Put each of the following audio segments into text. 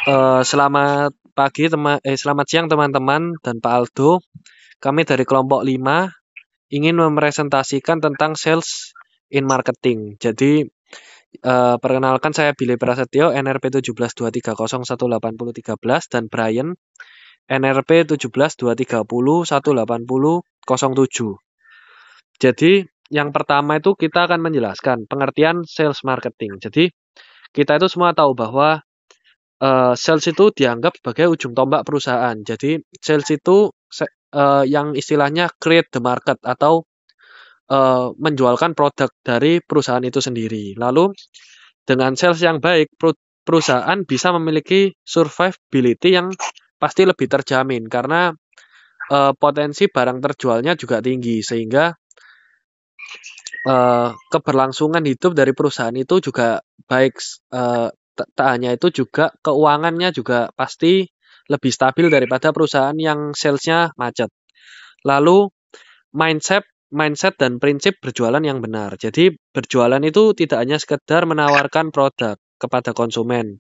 Selamat pagi selamat siang teman-teman dan Pak Aldo. Kami dari kelompok 5 ingin mempresentasikan tentang sales in marketing. Jadi, perkenalkan saya Billy Prasetyo, NRP 1723018013 dan Brian NRP 1723018007. Jadi, yang pertama itu kita akan menjelaskan pengertian sales marketing. Jadi, kita itu semua tahu bahwa sales itu dianggap sebagai ujung tombak perusahaan. Jadi sales itu yang istilahnya create the market atau menjualkan produk dari perusahaan itu sendiri. Lalu dengan sales yang baik, perusahaan bisa memiliki survivability yang pasti lebih terjamin karena potensi barang terjualnya juga tinggi sehingga keberlangsungan hidup dari perusahaan itu juga baik. Tak hanya itu juga keuangannya juga pasti lebih stabil daripada perusahaan yang salesnya macet. Lalu mindset mindset dan prinsip berjualan yang benar. Jadi berjualan itu tidak hanya sekedar menawarkan produk kepada konsumen,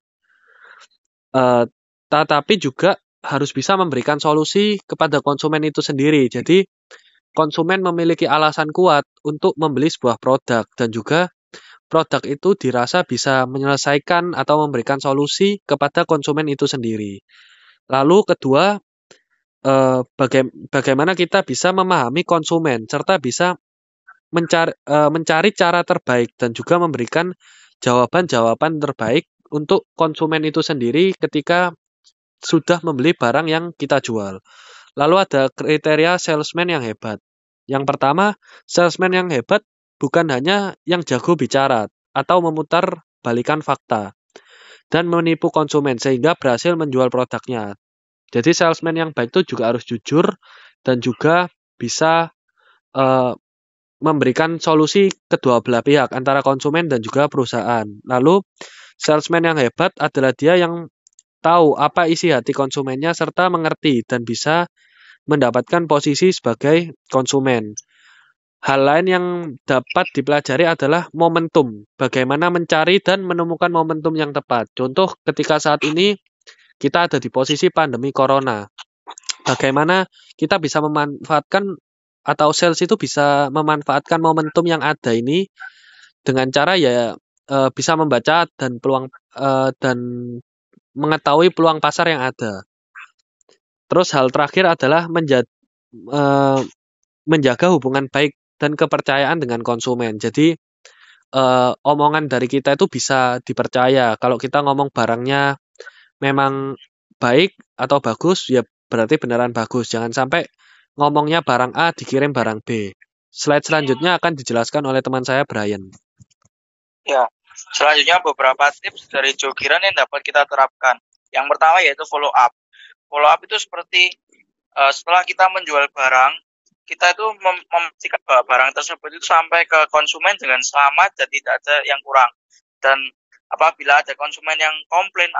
eh, tetapi juga harus bisa memberikan solusi kepada konsumen itu sendiri. Jadi konsumen memiliki alasan kuat untuk membeli sebuah produk dan juga produk itu dirasa bisa menyelesaikan atau memberikan solusi kepada konsumen itu sendiri. Lalu kedua, bagaimana kita bisa memahami konsumen serta bisa mencari cara terbaik dan juga memberikan jawaban-jawaban terbaik untuk konsumen itu sendiri ketika sudah membeli barang yang kita jual. Lalu ada kriteria salesman yang hebat. Yang pertama, salesman yang hebat bukan hanya yang jago bicara atau memutar balikan fakta dan menipu konsumen sehingga berhasil menjual produknya. Jadi salesman yang baik itu juga harus jujur dan juga bisa eh, memberikan solusi kedua belah pihak antara konsumen dan juga perusahaan. Lalu salesman yang hebat adalah dia yang tahu apa isi hati konsumennya serta mengerti dan bisa mendapatkan posisi sebagai konsumen. Hal lain yang dapat dipelajari adalah momentum. Bagaimana mencari dan menemukan momentum yang tepat. Contoh ketika saat ini kita ada di posisi pandemi corona. Bagaimana kita bisa memanfaatkan atau sales itu bisa memanfaatkan momentum yang ada ini dengan cara ya bisa membaca dan dan mengetahui peluang pasar yang ada. Terus hal terakhir adalah eh, menjaga hubungan baik dan kepercayaan dengan konsumen. Jadi omongan dari kita itu bisa dipercaya. Kalau kita ngomong barangnya memang baik atau bagus, ya berarti beneran bagus. Jangan sampai ngomongnya barang A dikirim barang B. Slide selanjutnya akan dijelaskan oleh teman saya Brian. Ya, selanjutnya beberapa tips dari Jogiran yang dapat kita terapkan. Yang pertama yaitu follow up. Follow up itu seperti setelah kita menjual barang, kita itu memastikan bahwa barang tersebut itu sampai ke konsumen dengan selamat dan tidak ada yang kurang. Dan apabila ada konsumen yang komplain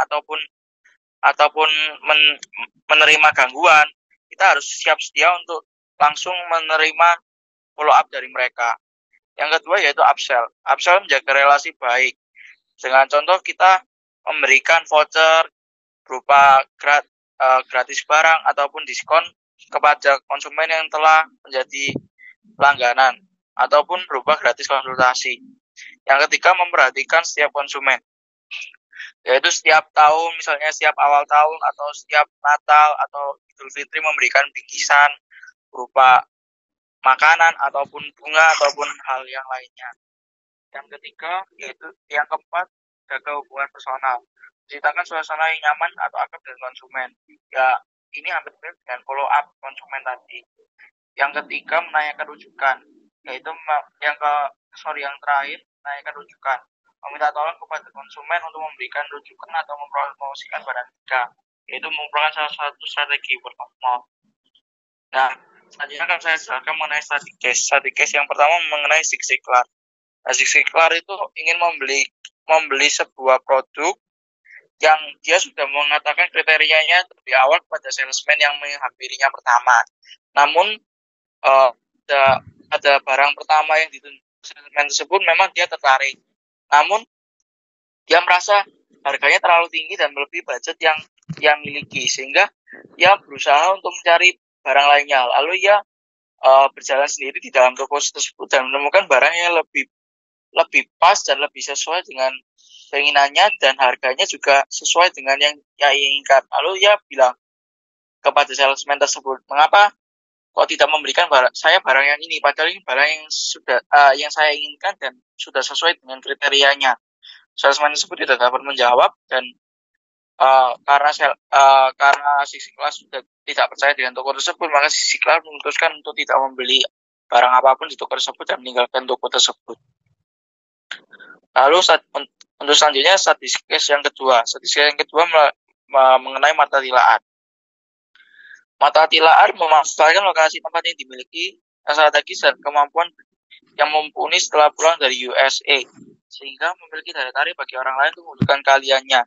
ataupun menerima gangguan, kita harus siap sedia untuk langsung menerima follow up dari mereka. Yang kedua yaitu upsell. Upsell menjaga relasi baik. Dengan contoh kita memberikan voucher berupa gratis barang ataupun diskon kepada konsumen yang telah menjadi langganan ataupun berupa gratis konsultasi. Yang ketiga memperhatikan setiap konsumen, yaitu setiap tahun, misalnya setiap awal tahun atau setiap Natal atau Idul Fitri memberikan bingkisan berupa makanan ataupun bunga ataupun hal yang lainnya. Yang ketiga yaitu yang keempat, jaga hubungan personal, ciptakan suasana yang nyaman atau akrab dengan konsumen. Ya, ini hampir mirip dengan follow up konsumen tadi. Yang ketiga menanyakan rujukan, yaitu yang terakhir menanyakan rujukan, meminta tolong kepada konsumen untuk memberikan rujukan atau mempromosikan barang kita, yaitu merupakan salah satu strategi word of mouth. Nah, selanjutnya akan saya jelaskan mengenai study case. Study case yang pertama mengenai Zig Ziglar. Nah, Zig Ziglar itu ingin membeli sebuah produk yang dia sudah mengatakan kriterianya lebih awal kepada salesman yang menghampirinya pertama. Namun ada barang pertama yang ditunjuk salesman tersebut memang dia tertarik. Namun dia merasa harganya terlalu tinggi dan melebihi budget yang miliki, sehingga ia berusaha untuk mencari barang lainnya. Lalu ia berjalan sendiri di dalam toko tersebut dan menemukan barang yang lebih pas dan lebih sesuai dengan keinginannya, dan harganya juga sesuai dengan yang ia inginkan. Lalu ia bilang kepada salesman tersebut, mengapa kok tidak memberikan saya barang yang ini, padahal ini barang yang sudah yang saya inginkan dan sudah sesuai dengan kriterianya. Salesman tersebut tidak dapat menjawab, dan karena si kelas sudah tidak percaya dengan toko tersebut, maka si kelas memutuskan untuk tidak membeli barang apapun di toko tersebut dan meninggalkan toko tersebut. Lalu untuk selanjutnya statistik yang kedua. Statistik yang kedua mengenai mata tilaan. Mata tilaan memanfaatkan lokasi tempat yang dimiliki strategis dan kemampuan yang mumpuni setelah pulang dari USA, sehingga memiliki daya tarik bagi orang lain untuk membutuhkan keahliannya.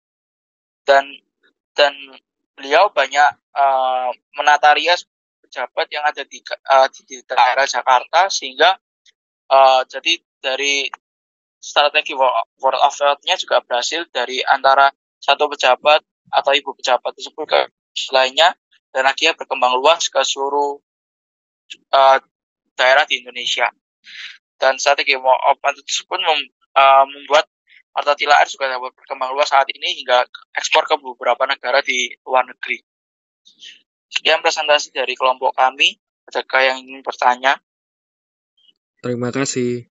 Dan beliau banyak menata rias pejabat yang ada di daerah Jakarta, sehingga jadi dari strategi word of mouth-nya juga berhasil dari antara satu pejabat atau ibu pejabat tersebut ke lainnya, dan akhirnya berkembang luas ke seluruh daerah di Indonesia. Dan strategi word of mouth tersebut membuat mata tilaan juga dapat berkembang luas saat ini hingga ekspor ke beberapa negara di luar negeri. Sekian presentasi dari kelompok kami. Adakah yang ingin bertanya? Terima kasih.